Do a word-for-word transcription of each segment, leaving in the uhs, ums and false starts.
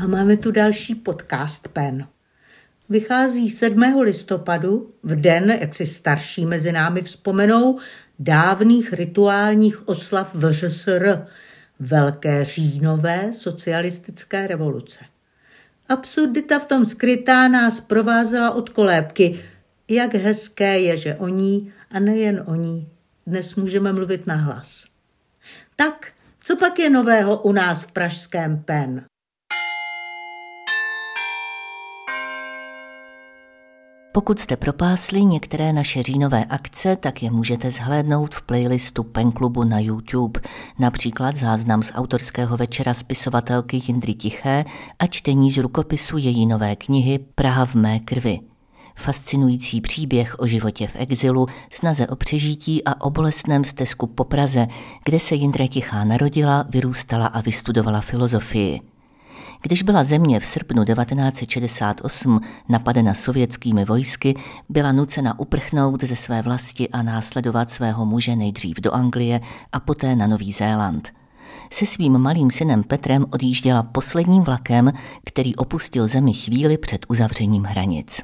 A máme tu další podcast Pen. Vychází sedmého listopadu, v den, jak si starší mezi námi vzpomenou, dávných rituálních oslav V Ř S R, Velké říjnové socialistické revoluce. Absurdita v tom skrytá nás provázela od kolébky. Jak hezké je, že o ní, a nejen o ní, dnes můžeme mluvit nahlas. Tak, co pak je nového u nás v pražském Pen? Pokud jste propásli některé naše říjnové akce, tak je můžete zhlédnout v playlistu Pen klubu na YouTube, například záznam z autorského večera spisovatelky Jindry Tiché a čtení z rukopisu její nové knihy Praha v mé krvi. Fascinující příběh o životě v exilu, snaze o přežití a o bolestném stezku po Praze, kde se Jindra Tichá narodila, vyrůstala a vystudovala filozofii. Když byla země v srpnu devatenáct set šedesát osm napadena sovětskými vojsky, byla nucena uprchnout ze své vlasti a následovat svého muže nejdřív do Anglie a poté na Nový Zéland. Se svým malým synem Petrem odjížděla posledním vlakem, který opustil zemi chvíli před uzavřením hranic.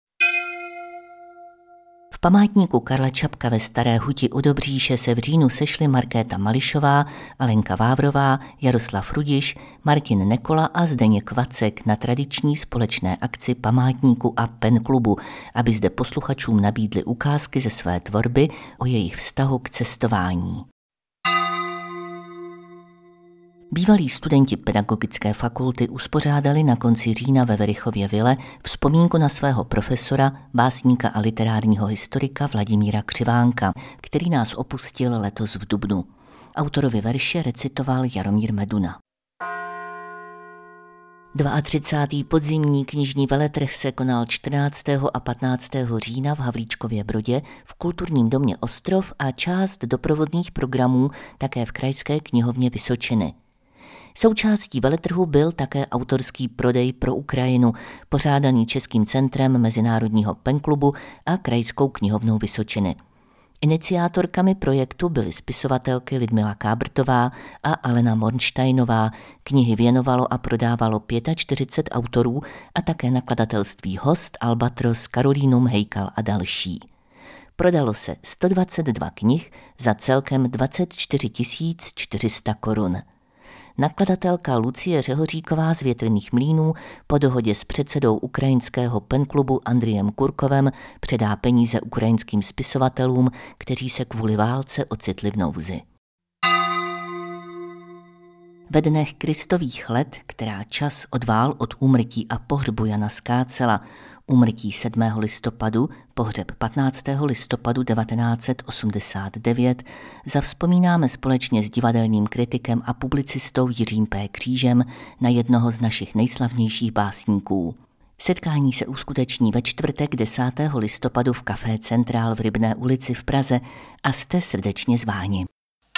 V památníku Karla Čapka ve Staré Huti u Dobříše se v říjnu sešli Markéta Mališová, Alenka Vávrová, Jaroslav Rudiš, Martin Nekola a Zdeněk Vacek na tradiční společné akci památníku a Pen klubu, aby zde posluchačům nabídli ukázky ze své tvorby o jejich vztahu k cestování. Bývalí studenti pedagogické fakulty uspořádali na konci října ve Verichově vile vzpomínku na svého profesora, básníka a literárního historika Vladimíra Křivánka, který nás opustil letos v dubnu. Autorovi verše recitoval Jaromír Meduna. třicátý druhý podzimní knižní veletrh se konal čtrnáctého a patnáctého října v Havlíčkově Brodě v kulturním domě Ostrov a část doprovodných programů také v Krajské knihovně Vysočiny. Součástí veletrhu byl také autorský prodej pro Ukrajinu, pořádaný Českým centrem Mezinárodního Pen klubu a Krajskou knihovnou Vysočiny. Iniciátorkami projektu byly spisovatelky Lidmila a Alena Mornsteinová. Knihy věnovalo a prodávalo čtyřicet pět autorů a také nakladatelství Host, Albatros, Karolínum, Hejkal a další. Prodalo se sto dvacet dva knih za celkem dvacet čtyři tisíc čtyři sta korun. Nakladatelka Lucie Řehoříková z Větrných mlýnů po dohodě s předsedou ukrajinského Pen klubu Andrijem Kurkovem předá peníze ukrajinským spisovatelům, kteří se kvůli válce ocitli v nouzi. Ve dnech Kristových let, která čas odvál od úmrtí a pohřbu Jana Skácela, úmrtí sedmého listopadu, pohřeb patnáctého listopadu devatenáct set osmdesát devět, zavzpomínáme společně s divadelním kritikem a publicistou Jiřím P. Křížem na jednoho z našich nejslavnějších básníků. Setkání se uskuteční ve čtvrtek desátého listopadu v Café Centrál v Rybné ulici v Praze a jste srdečně zváni.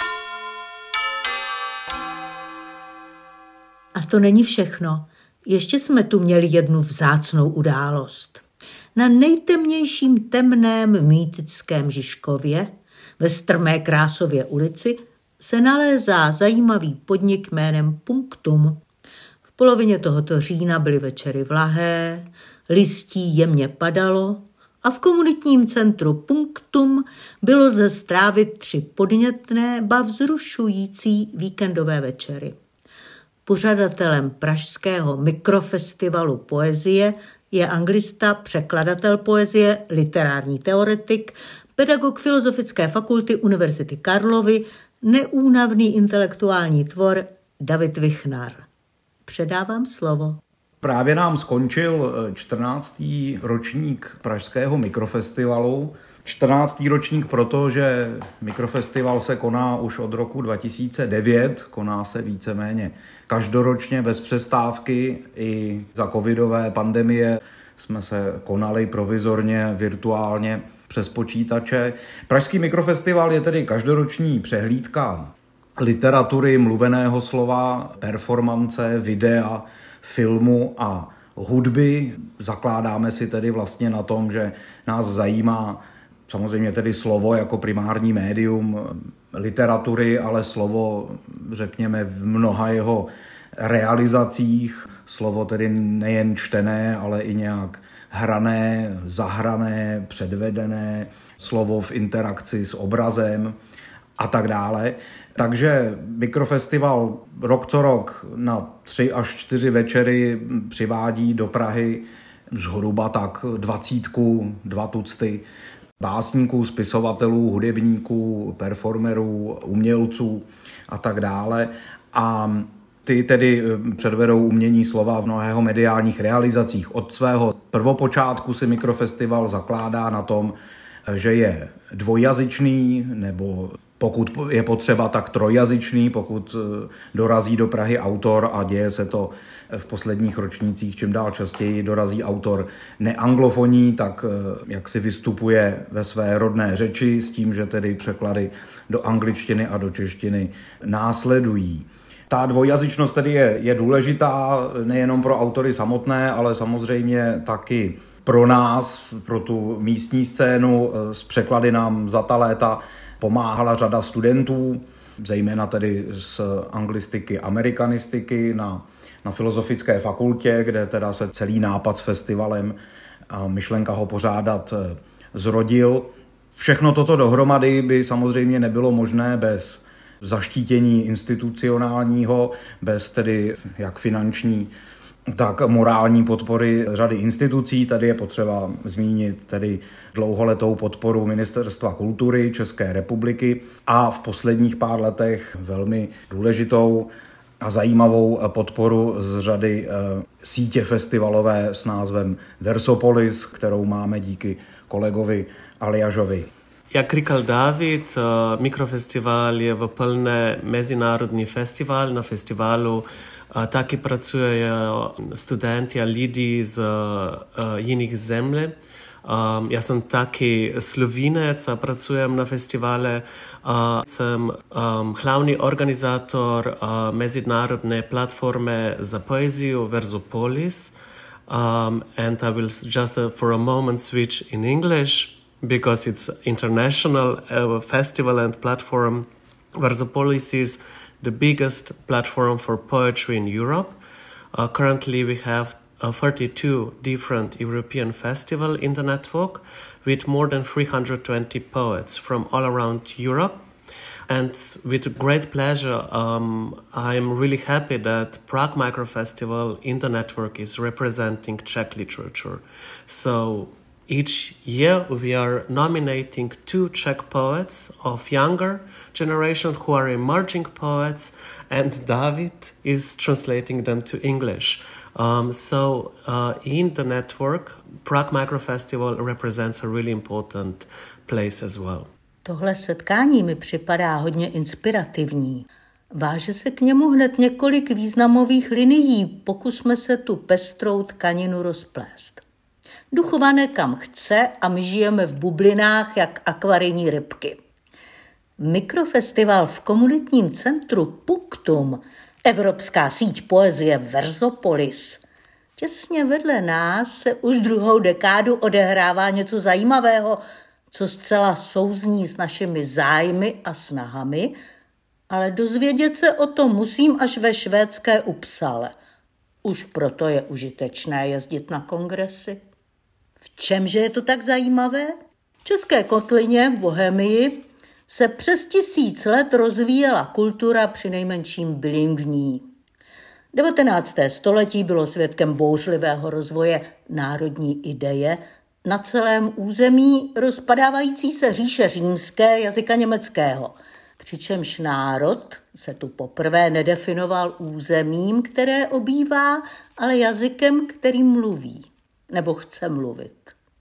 A to není všechno. Ještě jsme tu měli jednu vzácnou událost. Na nejtemnějším temném mýtickém Žižkově, ve strmé Krásově ulici, se nalézá zajímavý podnik jménem Punktum. V polovině tohoto října byly večery vlahé, listí jemně padalo a v komunitním centru Punktum bylo lze strávit tři podnětné, ba vzrušující víkendové večery. Pořadatelem pražského mikrofestivalu poezie je anglista, překladatel poezie, literární teoretik, pedagog Filozofické fakulty Univerzity Karlovy, neúnavný intelektuální tvor David Vichnar. Předávám slovo. Právě nám skončil čtrnáctý ročník pražského mikrofestivalu. čtrnáctý ročník proto, že mikrofestival se koná už od roku dva tisíce devět, koná se víceméně každoročně bez přestávky. I za covidové pandemie jsme se konali provizorně, virtuálně přes počítače. Pražský mikrofestival je tedy každoroční přehlídka literatury, mluveného slova, performance, videa, filmu a hudby. Zakládáme si tedy vlastně na tom, že nás zajímá samozřejmě tedy slovo jako primární médium literatury, ale slovo, řekněme, v mnoha jeho realizacích, slovo tedy nejen čtené, ale i nějak hrané, zahrané, předvedené, slovo v interakci s obrazem a tak dále. Takže mikrofestival rok co rok na tři až čtyři večery přivádí do Prahy zhruba tak dvacítku, dva tucty básníků, spisovatelů, hudebníků, performerů, umělců a tak dále. A ty tedy předvedou umění slova v mnohého mediálních realizacích. Od svého prvopočátku si mikrofestival zakládá na tom, že je dvojjazyčný, nebo pokud je potřeba, tak trojjazyčný, pokud dorazí do Prahy autor, a děje se to v posledních ročnících čím dál častěji, dorazí autor neanglofonní, tak jak si vystupuje ve své rodné řeči s tím, že tedy překlady do angličtiny a do češtiny následují. Ta dvojjazyčnost tedy je, je důležitá nejenom pro autory samotné, ale samozřejmě taky pro nás, pro tu místní scénu. S překlady nám za ta léta pomáhala řada studentů, zejména tedy z anglistiky, amerikanistiky na, na Filozofické fakultě, kde teda se celý nápad s festivalem a myšlenka ho pořádat zrodil. Všechno toto dohromady by samozřejmě nebylo možné bez zaštítění institucionálního, bez tedy jak finanční, tak morální podpory řady institucí. Tady je potřeba zmínit tedy dlouholetou podporu Ministerstva kultury České republiky a v posledních pár letech velmi důležitou a zajímavou podporu z řady sítě festivalové s názvem Versopolis, kterou máme díky kolegovi Aljažovi. Jak říkal David, mikrofestival je v plné mezinárodní festival. Na festivalu taky pracují studenti a lidi z jiných zemí. Já jsem taky Slovinec a pracujem na festivale. Jsem hlavní organizátor mezinárodné platformy za poeziju Versopolis. And I will just for a moment switch in English, because it's international uh, festival and platform. Versopolis is the biggest platform for poetry in Europe. Uh, currently we have uh, thirty-two different European festivals in the network with more than three hundred twenty poets from all around Europe. And with great pleasure, um, I'm really happy that Prague Micro Festival in the network is representing Czech literature. So each year we are nominating two Czech poets of younger generation who are emerging poets, and David is translating them to English. Um, so uh, in the network, Prague Micro Festival represents a really important place as well. Tohle setkání mi připadá hodně inspirativní. Váže se k němu hned několik významových linií, pokusme se tu pestrou tkaninu rozplést. Duchované kam chce a my žijeme v bublinách jak akvarijní rybky. Mikrofestival v komunitním centru Punktum, Evropská síť poezie Versopolis. Těsně vedle nás se už druhou dekádu odehrává něco zajímavého, co zcela souzní s našimi zájmy a snahami, ale dozvědět se o tom musím až ve švédské Uppsale. Už proto je užitečné jezdit na kongresy. V čemže je to tak zajímavé? V České kotlině v Bohemii se přes tisíc let rozvíjela kultura přinejmenším bilingvní. devatenácté století bylo svědkem bouřlivého rozvoje národní ideje na celém území rozpadávající se říše římské jazyka německého, přičemž národ se tu poprvé nedefinoval územím, které obývá, ale jazykem, kterým mluví nebo chce mluvit.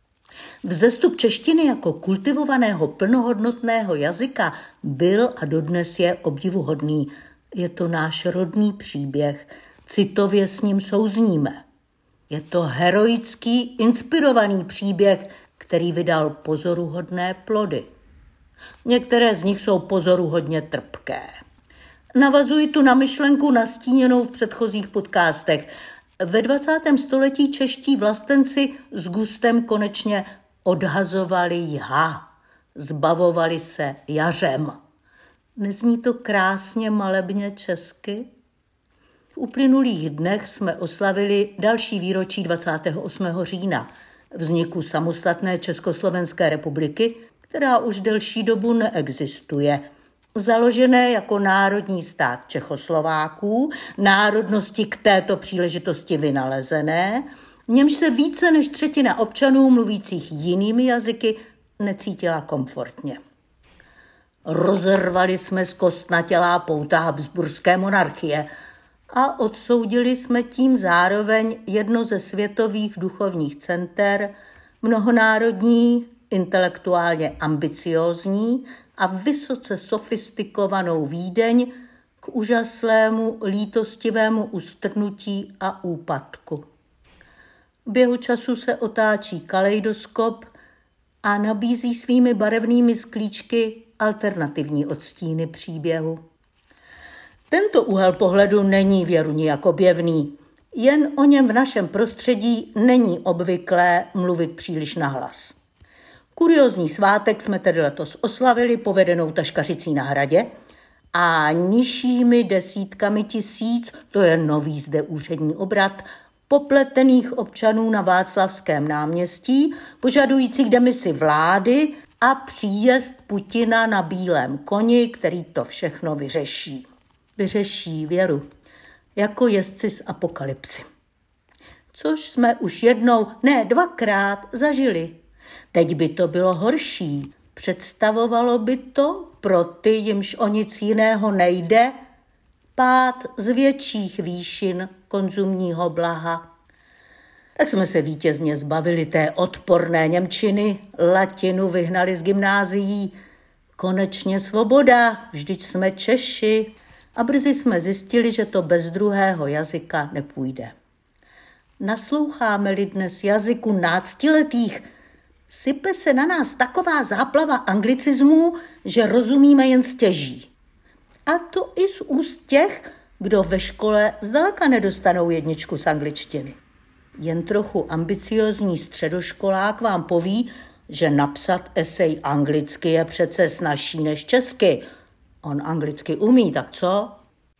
Vzestup češtiny jako kultivovaného plnohodnotného jazyka byl a dodnes je obdivuhodný. Je to náš rodný příběh, citově s ním souzníme. Je to heroický, inspirovaný příběh, který vydal pozoruhodné plody. Některé z nich jsou pozoruhodně trpké. Navazuji tu na myšlenku nastíněnou v předchozích podcastech. Ve dvacátém století čeští vlastenci s gustem konečně odhazovali jha, zbavovali se jařem. Nezní to krásně malebně česky? V uplynulých dnech jsme oslavili další výročí dvacátého osmého října, vzniku samostatné Československé republiky, která už delší dobu neexistuje. Založené jako národní stát Čechoslováků, národnosti k této příležitosti vynalezené, v němž se více než třetina občanů mluvících jinými jazyky necítila komfortně. Rozervali jsme zkostnatělá pouta habsburské monarchie a odsoudili jsme tím zároveň jedno ze světových duchovních center, mnohonárodní, intelektuálně ambiciózní a vysoce sofistikovanou Vídeň k úžaslému lítostivému ustrnutí a úpadku. V běhu času se otáčí kaleidoskop a nabízí svými barevnými sklíčky alternativní odstíny příběhu. Tento úhel pohledu není věru nijak objevný, jen o něm v našem prostředí není obvyklé mluvit příliš nahlas. Kuriózní svátek jsme tedy letos oslavili povedenou taškařicí na hradě a nižšími desítkami tisíc, to je nový zde úřední obrat, popletených občanů na Václavském náměstí, požadujících demisi vlády a příjezd Putina na bílém koni, který to všechno vyřeší. Vyřeší věru, jako jezdci z apokalypsy. Což jsme už jednou, ne dvakrát zažili. Teď by to bylo horší. Představovalo by to pro ty, jimž o nic jiného nejde, pád z větších výšin konzumního blaha. Tak jsme se vítězně zbavili té odporné němčiny, latinu vyhnali z gymnázií. Konečně svoboda, vždyť jsme Češi. A brzy jsme zjistili, že to bez druhého jazyka nepůjde. Nasloucháme-li dnes jazyku náctiletých, sype se na nás taková záplava anglicismů, že rozumíme jen stěží. A to i z úst těch, kdo ve škole zdaleka nedostanou jedničku z angličtiny. Jen trochu ambiciozní středoškolák vám poví, že napsat esej anglicky je přece snazší než česky. On anglicky umí, tak co?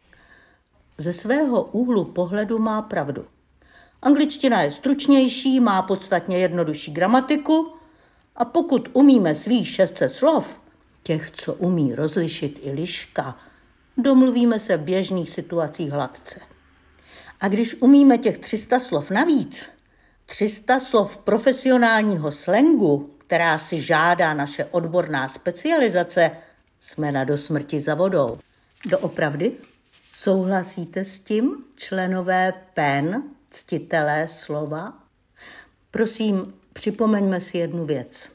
Ze svého úhlu pohledu má pravdu. Angličtina je stručnější, má podstatně jednodušší gramatiku a pokud umíme svých šest set slov, těch, co umí rozlišit i liška, domluvíme se v běžných situacích hladce. A když umíme těch tři sta slov navíc, tři sta slov profesionálního slangu, která si žádá naše odborná specializace, jsme na dosmrti za vodou. Doopravdy? Souhlasíte s tím, členové P E N, ctitelé slova? Prosím, připomeňme si jednu věc.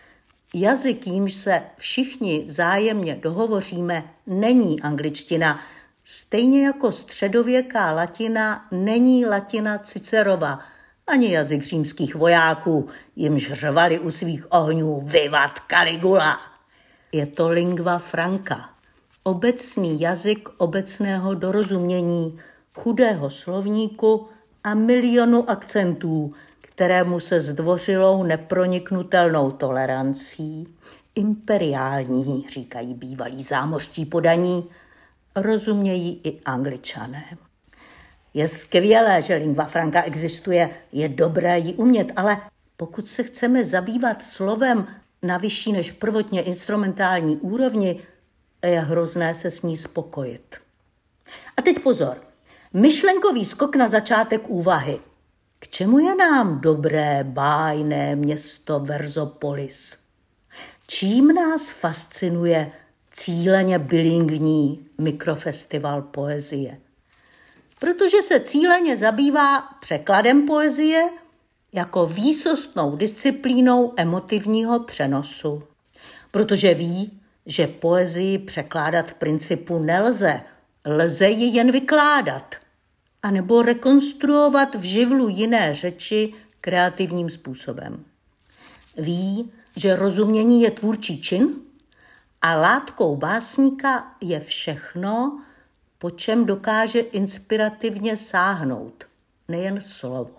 Jazyk, jímž se všichni vzájemně dohovoříme, není angličtina, stejně jako středověká latina není latina Cicerova, ani jazyk římských vojáků, jimž řvali u svých ohňů vivat Caligula. Je to lingua franca, obecný jazyk obecného dorozumění, chudého slovníku a milionu akcentů, kterému se zdvořilou neproniknutelnou tolerancí, imperiální, říkají bývalí zámořští podaní, rozumějí i Angličané. Je skvělé, že lingua franca existuje, je dobré ji umět, ale pokud se chceme zabývat slovem na vyšší než prvotně instrumentální úrovni, je hrozné se s ní spokojit. A teď pozor, myšlenkový skok na začátek úvahy. K čemu je nám dobré, bájné město Verzopolis? Čím nás fascinuje cíleně bilingvní mikrofestival poezie? Protože se cíleně zabývá překladem poezie jako výsostnou disciplínou emotivního přenosu. Protože ví, že poezii překládat v principu nelze, lze ji jen vykládat, anebo rekonstruovat v živlu jiné řeči kreativním způsobem. Ví, že rozumění je tvůrčí čin a látkou básníka je všechno, po čem dokáže inspirativně sáhnout, nejen slovo.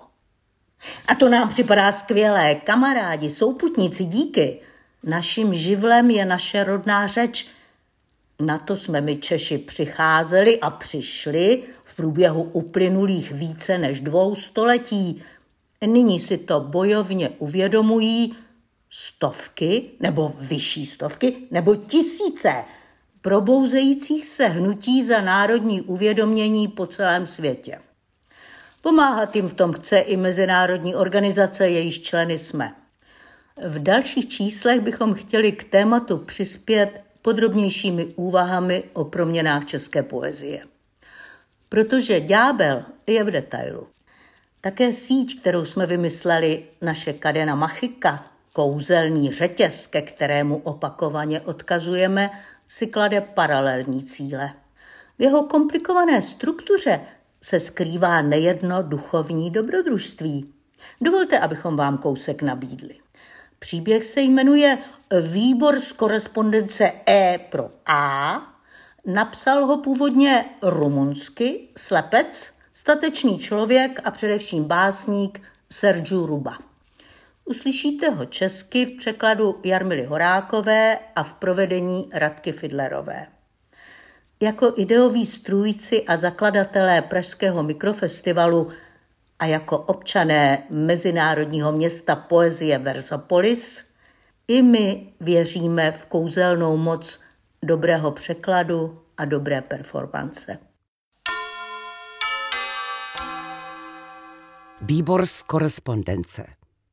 A to nám připadá skvělé, kamarádi, souputníci, díky. Naším živlem je naše rodná řeč. Na to jsme my Češi přicházeli a přišli v v průběhu uplynulých více než dvou století. Nyní si to bojovně uvědomují stovky nebo vyšší stovky nebo tisíce probouzejících se hnutí za národní uvědomění po celém světě. Pomáhat jim v tom chce i mezinárodní organizace, jejíž členy jsme. V dalších číslech bychom chtěli k tématu přispět podrobnějšími úvahami o proměnách české poezie. Protože ďábel je v detailu. Také síť, kterou jsme vymysleli, naše Kadena Machika, kouzelný řetěz, ke kterému opakovaně odkazujeme, si klade paralelní cíle. V jeho komplikované struktuře se skrývá nejedno duchovní dobrodružství. Dovolte, abychom vám kousek nabídli. Příběh se jmenuje Výbor z korespondence E pro A. Napsal ho původně rumunsky slepec, statečný člověk a především básník Sergiu Ruba. Uslyšíte ho česky v překladu Jarmily Horákové a v provedení Radky Fidlerové. Jako ideoví strůjci a zakladatelé Pražského mikrofestivalu a jako občané mezinárodního města poezie Versopolis i my věříme v kouzelnou moc dobrého překladu a dobré performance. Výbor z korespondence.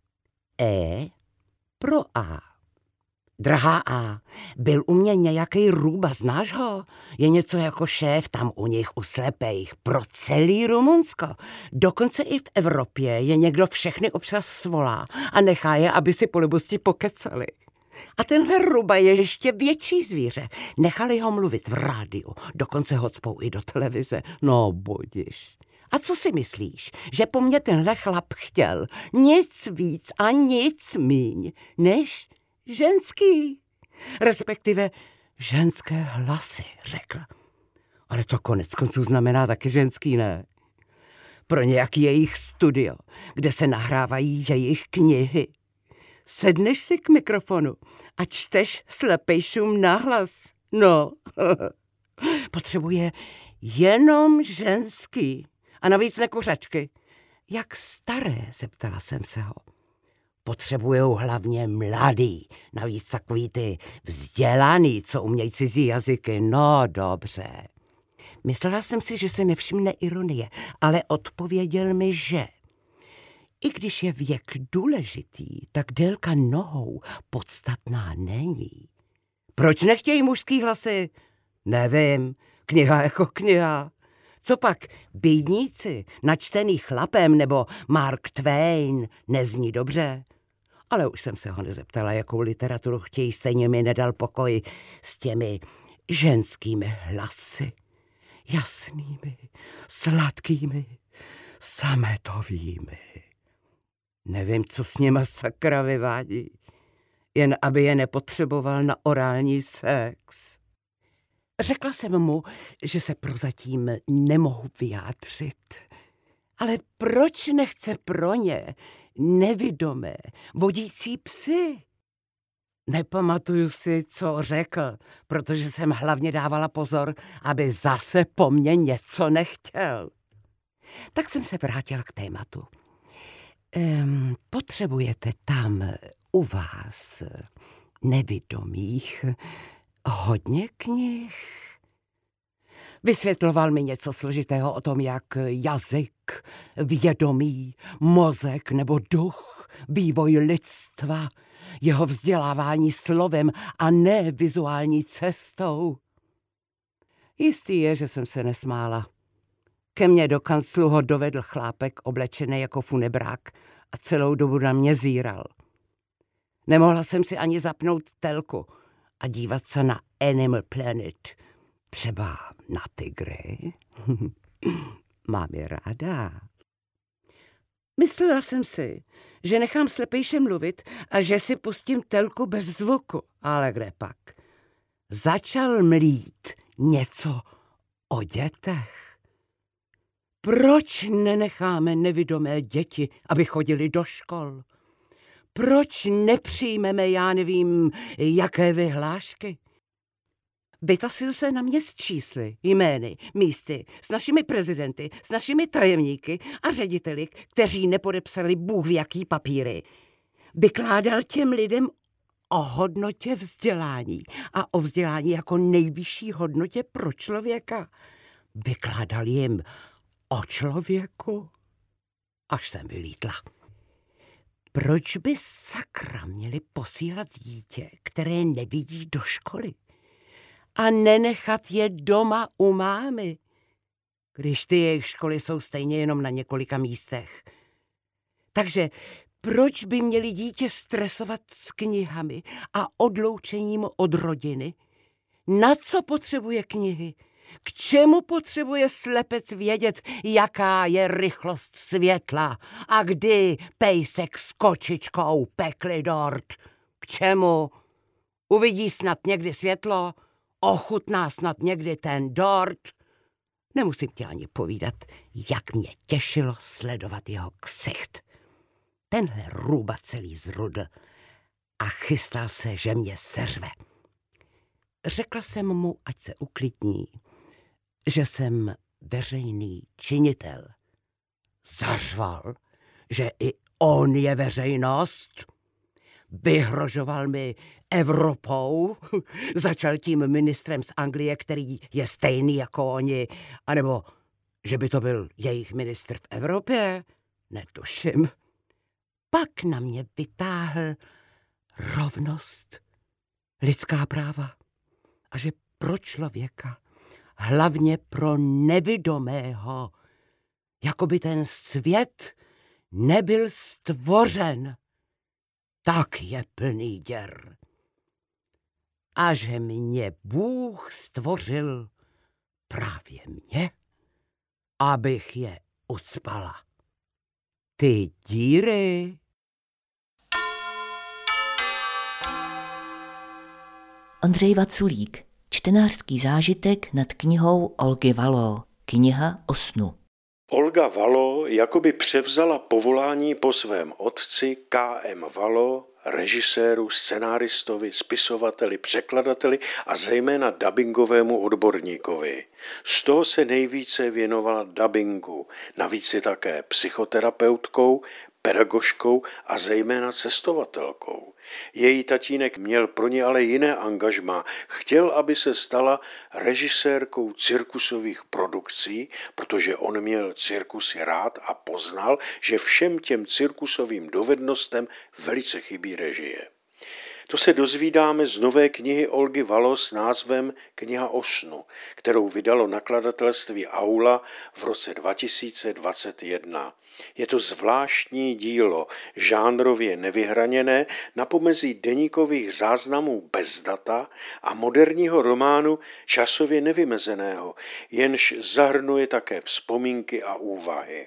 E pro A. Drahá A, byl u mě nějaký Ruba, znáš ho? Je něco jako šéf tam u nich, u slepejch, pro celý Rumunsko. Dokonce i v Evropě je někdo všechny občas svolá a nechá je, aby si po libosti pokecali. A tenhle Ruba je ještě větší zvíře. Nechali ho mluvit v rádiu, dokonce ho cpou i do televize. No budiš. A co si myslíš, že po mně tenhle chlap chtěl? Nic víc a nic míň, než ženský. Respektive ženské hlasy, řekl. Ale to konec konců znamená taky ženský, ne? Pro nějaký jejich studio, kde se nahrávají jejich knihy. Sedneš si k mikrofonu a čteš slepejšům nahlas. No, potřebuje jenom ženský. A navíc nekuřačky. Jak staré, zeptala jsem se ho. Potřebujou hlavně mladý, navíc takový ty vzdělaný, co umějí cizí jazyky. No dobře. Myslela jsem si, že se nevšimne ironie, ale odpověděl mi, že i když je věk důležitý, tak délka nohou podstatná není. Proč nechtějí mužský hlasy? Nevím, kniha jako kniha. Co pak bídníci, načtený chlapem nebo Mark Twain, nezní dobře? Ale už jsem se ho nezeptala, jakou literaturu chtějí, stejně mi nedal pokoj s těmi ženskými hlasy. Jasnými, sladkými, sametovými. Nevím, co s něma sakra vyvádí, jen aby je nepotřeboval na orální sex. Řekla jsem mu, že se prozatím nemohu vyjádřit. Ale proč nechce pro ně nevidomé vodící psy? Nepamatuju si, co řekl, protože jsem hlavně dávala pozor, aby zase po mně něco nechtěl. Tak jsem se vrátila k tématu. Ehm, potřebujete tam u vás nevidomých hodně knih? Vysvětloval mi něco složitého o tom, jak jazyk, vědomí, mozek nebo duch, vývoj lidstva, jeho vzdělávání slovem a ne vizuální cestou. Jistý je, že jsem se nesmála. Ke mně do kanclu ho dovedl chlápek oblečený jako funebrák a celou dobu na mě zíral. Nemohla jsem si ani zapnout telku a dívat se na Animal Planet, třeba na tygry. Mám je ráda. Myslela jsem si, že nechám slepejše mluvit a že si pustím telku bez zvuku, ale kde pak? Začal mlít něco o dětech. Proč nenecháme nevidomé děti, aby chodili do škol? Proč nepřijmeme, já nevím, jaké vyhlášky? vytasil se na mě s čísly, jmény, místy, s našimi prezidenty, s našimi tajemníky a řediteli, kteří nepodepsali bůh v jaký papíry. Vykládal těm lidem o hodnotě vzdělání a o vzdělání jako nejvyšší hodnotě pro člověka. Vykládal jim o člověku, až jsem vylítla. Proč by sakra měli posílat dítě, které nevidí do školy? A nenechat je doma u mámy, když ty jejich školy jsou stejně jenom na několika místech. Takže proč by měli dítě stresovat s knihami a odloučením od rodiny? Na co potřebuje knihy? K čemu potřebuje slepec vědět, jaká je rychlost světla a kdy pejsek s kočičkou pekli dort? K čemu? Uvidí snad někdy světlo? Ochutná snad někdy ten dort? Nemusím ti ani povídat, jak mě těšilo sledovat jeho ksicht. Tenhle růba celý zrudl a chystal se, že mě seřve. Řekla jsem mu, ať se uklidní, že jsem veřejný činitel. Zařval, že i on je veřejnost. Vyhrožoval mi Evropou, začal tím ministrem z Anglie, který je stejný jako oni, anebo že by to byl jejich ministr v Evropě, netuším. Pak na mě vytáhl rovnost, lidská práva a že pro člověka, hlavně pro nevidomého, jako by ten svět nebyl stvořen, tak je plný děr. A že mě Bůh stvořil právě mě, abych je ucpala. Ty díry. Ondřej Vaculík, čtenářský zážitek nad knihou Olgy Walló, kniha o snu. Olga Walló jakoby převzala povolání po svém otci K M Walló, režiséru, scenáristovi, spisovateli, překladateli a zejména dabingovému odborníkovi. Z toho se nejvíce věnovala dabingu, navíc je také psychoterapeutkou, pedagožkou a zejména cestovatelkou. Její tatínek měl pro ně ale jiné angažmá. Chtěl, aby se stala režisérkou cirkusových produkcí, protože on měl cirkusy rád a poznal, že všem těm cirkusovým dovednostem velice chybí režie. To se dozvídáme z nové knihy Olgy Walló s názvem Kniha o snu, kterou vydalo nakladatelství Aula v roce dva tisíce dvacet jedna. Je to zvláštní dílo, žánrově nevyhraněné, na pomezí deníkových záznamů bez data a moderního románu časově nevymezeného, jenž zahrnuje také vzpomínky a úvahy.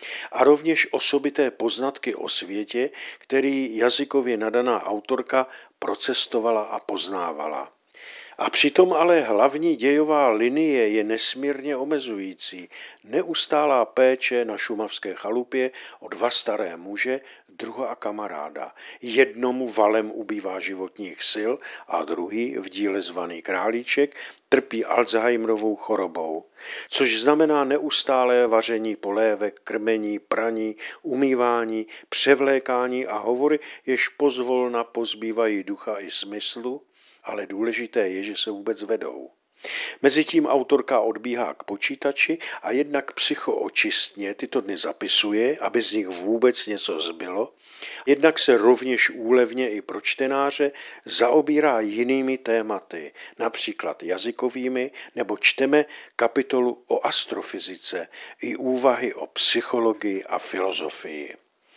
A rovněž osobité poznatky o světě, který jazykově nadaná autorka procestovala a poznávala. A přitom ale hlavní dějová linie je nesmírně omezující. Neustálá péče na šumavské chalupě o dva staré muže, druha a kamaráda. Jednomu valem ubývá životních sil a druhý, v díle zvaný Králíček, trpí Alzheimerovou chorobou. Což znamená neustálé vaření polévek, krmení, praní, umývání, převlékání a hovory, jež pozvolna pozbývají ducha i smyslu, ale důležité je, že se vůbec vedou. Mezitím autorka odbíhá k počítači a jednak psychoočistně tyto dny zapisuje, aby z nich vůbec něco zbylo, jednak se rovněž úlevně i pro čtenáře zaobírá jinými tématy, například jazykovými, nebo čteme kapitolu o astrofyzice i úvahy o psychologii a filozofii.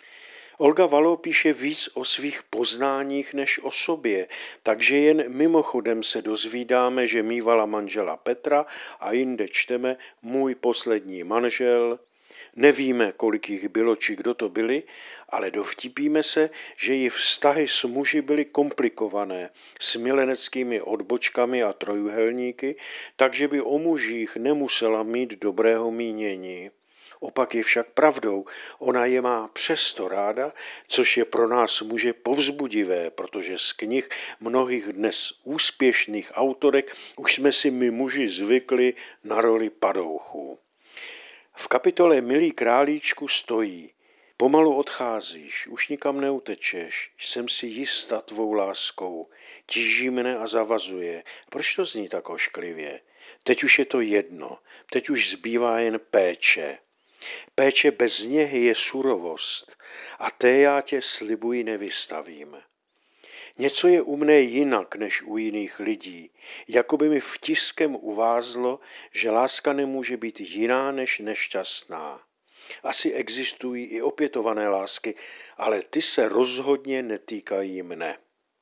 Olga Walló píše víc o svých poznáních než o sobě, takže jen mimochodem se dozvídáme, že mívala manžela Petra a jinde čteme můj poslední manžel. Nevíme, kolik jich bylo či kdo to byli, ale dovtipíme se, že její vztahy s muži byly komplikované, s mileneckými odbočkami a trojuhelníky, takže by o mužích nemusela mít dobrého mínění. Opak je však pravdou. Ona je má přesto ráda, což je pro nás muže povzbudivé, protože z knih mnohých dnes úspěšných autorek už jsme si my muži zvykli na roli padouchů. V kapitole Milý králíčku stojí: Pomalu odcházíš, už nikam neutečeš, jsem si jista tvou láskou, tíží mne a zavazuje. Proč to zní tak ošklivě? Teď už je to jedno, teď už zbývá jen péče. Péče bez něhy je surovost a té já tě slibuji nevystavím. Něco je u mne jinak než u jiných lidí, jako by mi vtiskem uvázlo, že láska nemůže být jiná než nešťastná. Asi existují i opětované lásky, ale ty se rozhodně netýkají mne.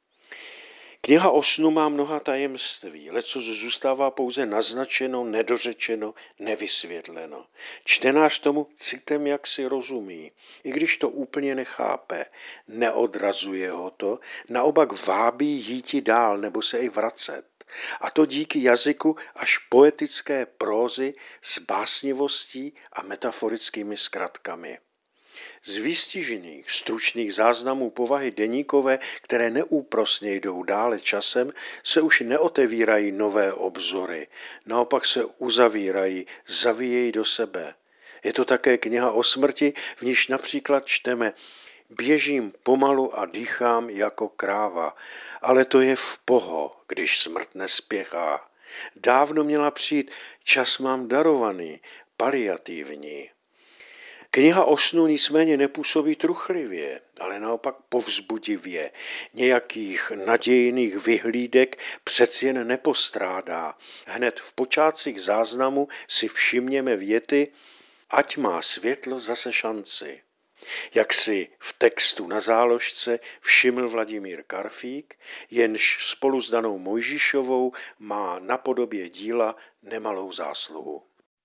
Kniha o snu má mnoha tajemství, lecos zůstává pouze naznačeno, nedořečeno, nevysvětleno. Čtenář tomu citem jaksi rozumí, i když to úplně nechápe. Neodrazuje ho to, naopak vábí jíti dál nebo se i vracet. A to díky jazyku až poetické prózy s básnivostí a metaforickými zkratkami. Z výstižných, stručných záznamů povahy deníkové, které neúprosně jdou dále časem, se už neotevírají nové obzory, naopak se uzavírají, zavíjejí do sebe. Je to také kniha o smrti, v níž například čteme: Běžím pomalu a dýchám jako kráva, ale to je v poho, když smrt nespěchá. Dávno měla přijít, čas mám darovaný, paliativní. Kniha o snu nicméně nepůsobí truchlivě, ale naopak povzbudivě. Nějakých nadějných vyhlídek přeci jen nepostrádá. Hned v počátcích záznamu si všimněme věty: ať má světlo zase šanci. Jak si v textu na záložce všiml Vladimír Karfík, jenž spolu s Danou Mojžíšovou má na podobě díla nemalou zásluhu.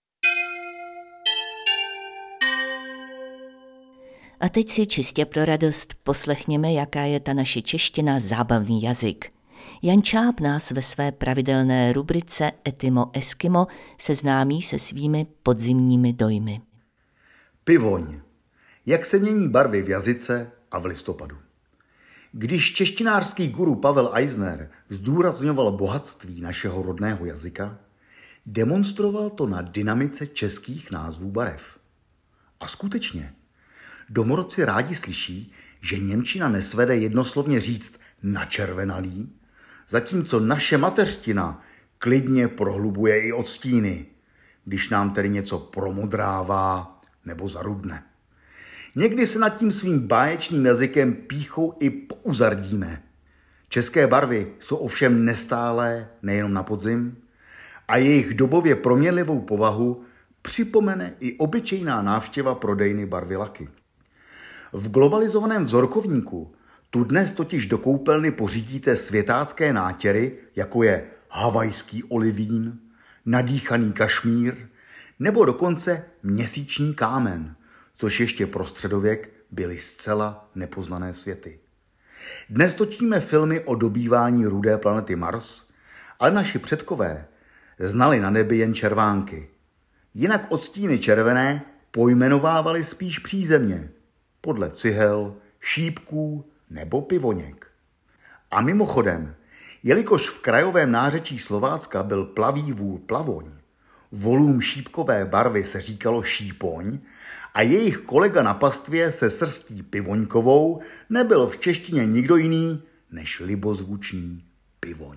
A teď si čistě pro radost poslechněme, jaká je ta naše čeština zábavný jazyk. Jan Čáp nás ve své pravidelné rubrice Etimo Eskimo seznámí se svými podzimními dojmy. Pivoň. Jak se mění barvy v jazyce a v listopadu. Když češtinářský guru Pavel Eisner zdůrazňoval bohatství našeho rodného jazyka, demonstroval to na dynamice českých názvů barev. A skutečně, domorodci rádi slyší, že němčina nesvede jednoslovně říct načervenalý, zatímco naše mateřština klidně prohlubuje i odstíny, když nám tedy něco promodrává nebo zarudne. Někdy se nad tím svým báječným jazykem pýchou i pouzardíme. České barvy jsou ovšem nestálé nejenom na podzim a jejich dobově proměnlivou povahu připomene i obyčejná návštěva prodejny Barvy Laky. V globalizovaném vzorkovníku tu dnes totiž do koupelny pořídíte světácké nátěry, jako je havajský olivín, nadýchaný kašmír nebo dokonce měsíční kámen, což ještě pro středověk byly zcela nepoznané světy. Dnes točíme filmy o dobývání rudé planety Mars, ale naši předkové znali na nebi jen červánky. Jinak odstíny červené pojmenovávali spíš přízemně, podle cihel, šípků nebo pivoněk. A mimochodem, jelikož v krajovém nářečí Slovácka byl plavý vůl plavoň, volům šípkové barvy se říkalo šípoň a jejich kolega na pastvě se srstí pivoňkovou nebyl v češtině nikdo jiný než libozvučný pivoň.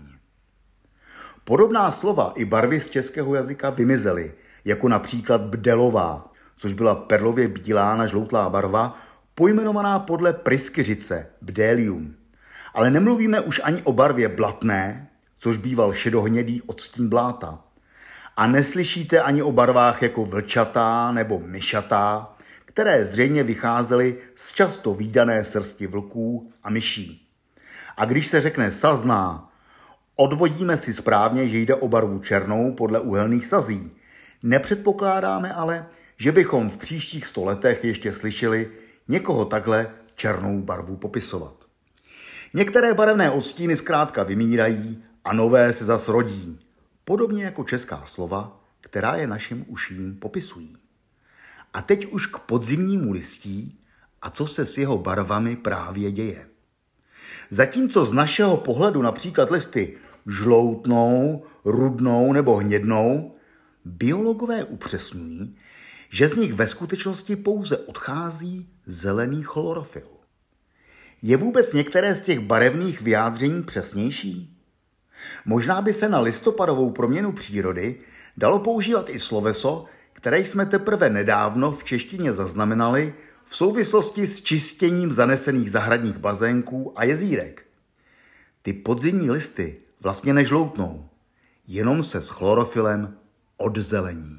Podobná slova i barvy z českého jazyka vymizely, jako například bdelová, což byla perlově bílá nažloutlá barva, pojmenovaná podle pryskyřice, bdélium. Ale nemluvíme už ani o barvě blatné, což býval šedohnědý odstín bláta. A neslyšíte ani o barvách jako vlčatá nebo myšatá, které zřejmě vycházely z často vídané srsti vlků a myší. A když se řekne sazná, odvodíme si správně, že jde o barvu černou podle uhelných sazí. Nepředpokládáme ale, že bychom v příštích sto letech ještě slyšeli někoho takhle černou barvu popisovat. Některé barevné odstíny zkrátka vymírají a nové se zas rodí, podobně jako česká slova, která je našim uším popisují. A teď už k podzimnímu listí a co se s jeho barvami právě děje. Zatímco z našeho pohledu například listy žloutnou, rudnou nebo hnědnou, biologové upřesňují, že z nich ve skutečnosti pouze odchází zelený chlorofyl. Je vůbec některé z těch barevných vyjádření přesnější? Možná by se na listopadovou proměnu přírody dalo používat i sloveso, které jsme teprve nedávno v češtině zaznamenali v souvislosti s čistěním zanesených zahradních bazénků a jezírek. Ty podzimní listy vlastně nežloutnou, jenom se s chlorofylem odzelení.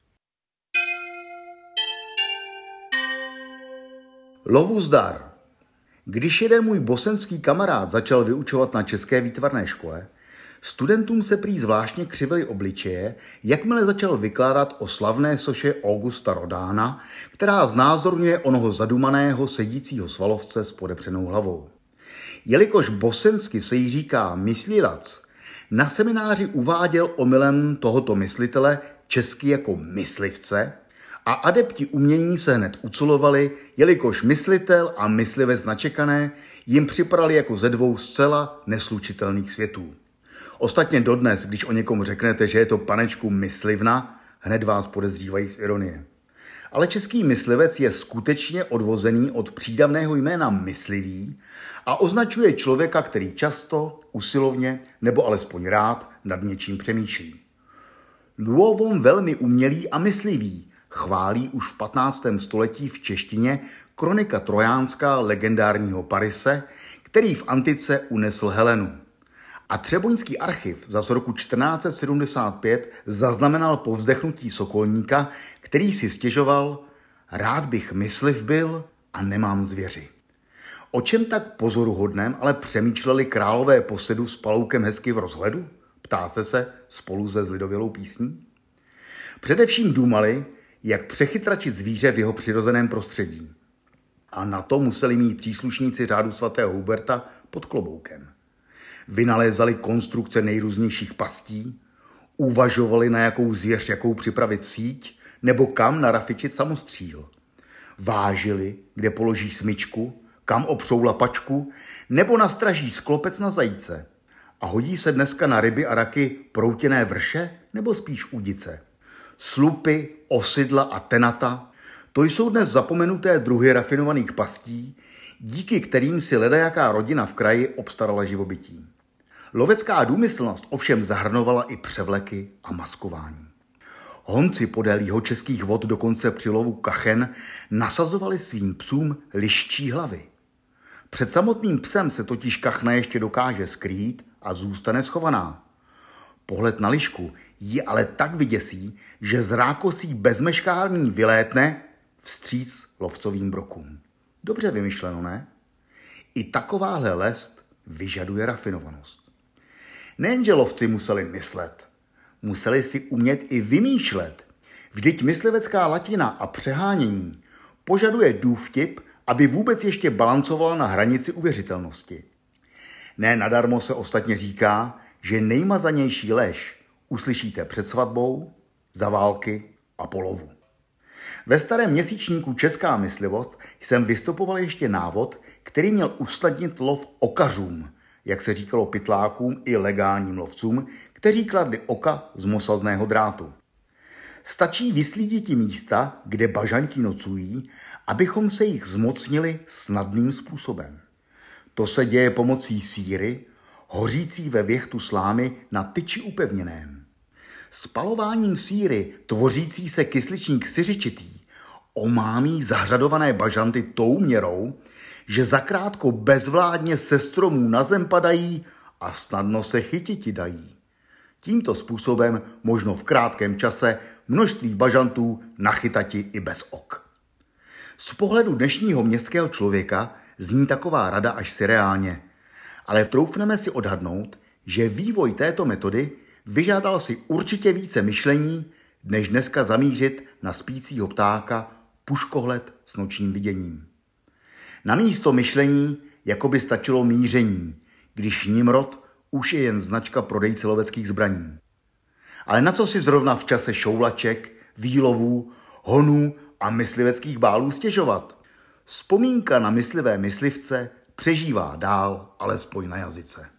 Lovu zdar. Když jeden můj bosenský kamarád začal vyučovat na České výtvarné škole, studentům se prý zvláštně křivily obličeje, jakmile začal vykládat o slavné soše Augusta Rodána, která znázorňuje onoho zadumaného sedícího svalovce s podepřenou hlavou. Jelikož bosensky se jí říká myslilac, na semináři uváděl omylem tohoto myslitele česky jako myslivce a adepti umění se hned uculovali, jelikož myslitel a myslivec načekané jim připadali jako ze dvou zcela neslučitelných světů. Ostatně dodnes, když o někom řeknete, že je to panečku myslivna, hned vás podezřívají z ironie. Ale český myslivec je skutečně odvozený od přídavného jména myslivý a označuje člověka, který často, usilovně nebo alespoň rád nad něčím přemýšlí. Lvovon velmi umělý a myslivý, chválí už v patnáctém století v češtině kronika trojánská legendárního Parise, který v antice unesl Helenu. A Třeboňský archiv za z roku čtrnáct set sedmdesát pět zaznamenal povzdechnutí sokolníka, který si stěžoval: rád bych mysliv byl a nemám zvěři. O čem tak pozoruhodném ale přemýšleli králové posedu s paloukem hezky v rozhledu? Ptáte se spolu se zlidovělou písní? Především důmali, jak přechytračit zvíře v jeho přirozeném prostředí. A na to museli mít příslušníci řádu svatého Huberta pod kloboukem. Vynalézali konstrukce nejrůznějších pastí, uvažovali, na jakou zvěř jakou připravit síť nebo kam narafičit samostříl. Vážili, kde položí smyčku, kam opřou lapačku nebo nastraží sklopec na zajíce. A hodí se dneska na ryby a raky proutěné vrše nebo spíš údice. Slupy, osidla a tenata, to jsou dnes zapomenuté druhy rafinovaných pastí, díky kterým si ledajaká rodina v kraji obstarala živobytí. Lovecká důmyslnost ovšem zahrnovala i převleky a maskování. Honci podél jihočeských vod dokonce při lovu kachen nasazovali svým psům liščí hlavy. Před samotným psem se totiž kachna ještě dokáže skrýt a zůstane schovaná. Pohled na lišku ji ale tak vyděsí, že z rákosí bezmeškání vylétne vstříc lovcovým brokům. Dobře vymyšleno, ne? I takováhle lest vyžaduje rafinovanost. Nejenže lovci museli myslet, museli si umět i vymýšlet. Vždyť myslivecká latina a přehánění požaduje důvtip, aby vůbec ještě balancovala na hranici uvěřitelnosti. Ne nadarmo se ostatně říká, že nejmazanější lež uslyšíte před svatbou, za války a po lovu. Ve starém měsíčníku Česká myslivost jsem vystupoval ještě návod, který měl usnadnit lov okařům, jak se říkalo pytlákům i legálním lovcům, kteří kladli oka z mosalzného drátu. Stačí vyslíditi místa, kde bažanti nocují, abychom se jich zmocnili snadným způsobem. To se děje pomocí síry, hořící ve věchtu slámy na tyči upevněném. Spalováním síry, tvořící se kysličník syřičitý, omámí zahřadované bažanty tou měrou, že zakrátko bezvládně se stromů na zem padají a snadno se chytiti dají. Tímto způsobem možno v krátkém čase množství bažantů nachytati i bez ok. Z pohledu dnešního městského člověka zní taková rada až surreálně, ale troufneme si odhadnout, že vývoj této metody vyžádal si určitě více myšlení, než dneska zamířit na spícího ptáka puškohled s nočním viděním. Na místo myšlení jako by stačilo míření, když Nimrod už je jen značka prodejce loveckých zbraní. Ale na co si zrovna v čase šoulaček, výlovů, honů a mysliveckých bálů stěžovat. Vzpomínka na myslivé myslivce přežívá dál, alespoň na jazyce.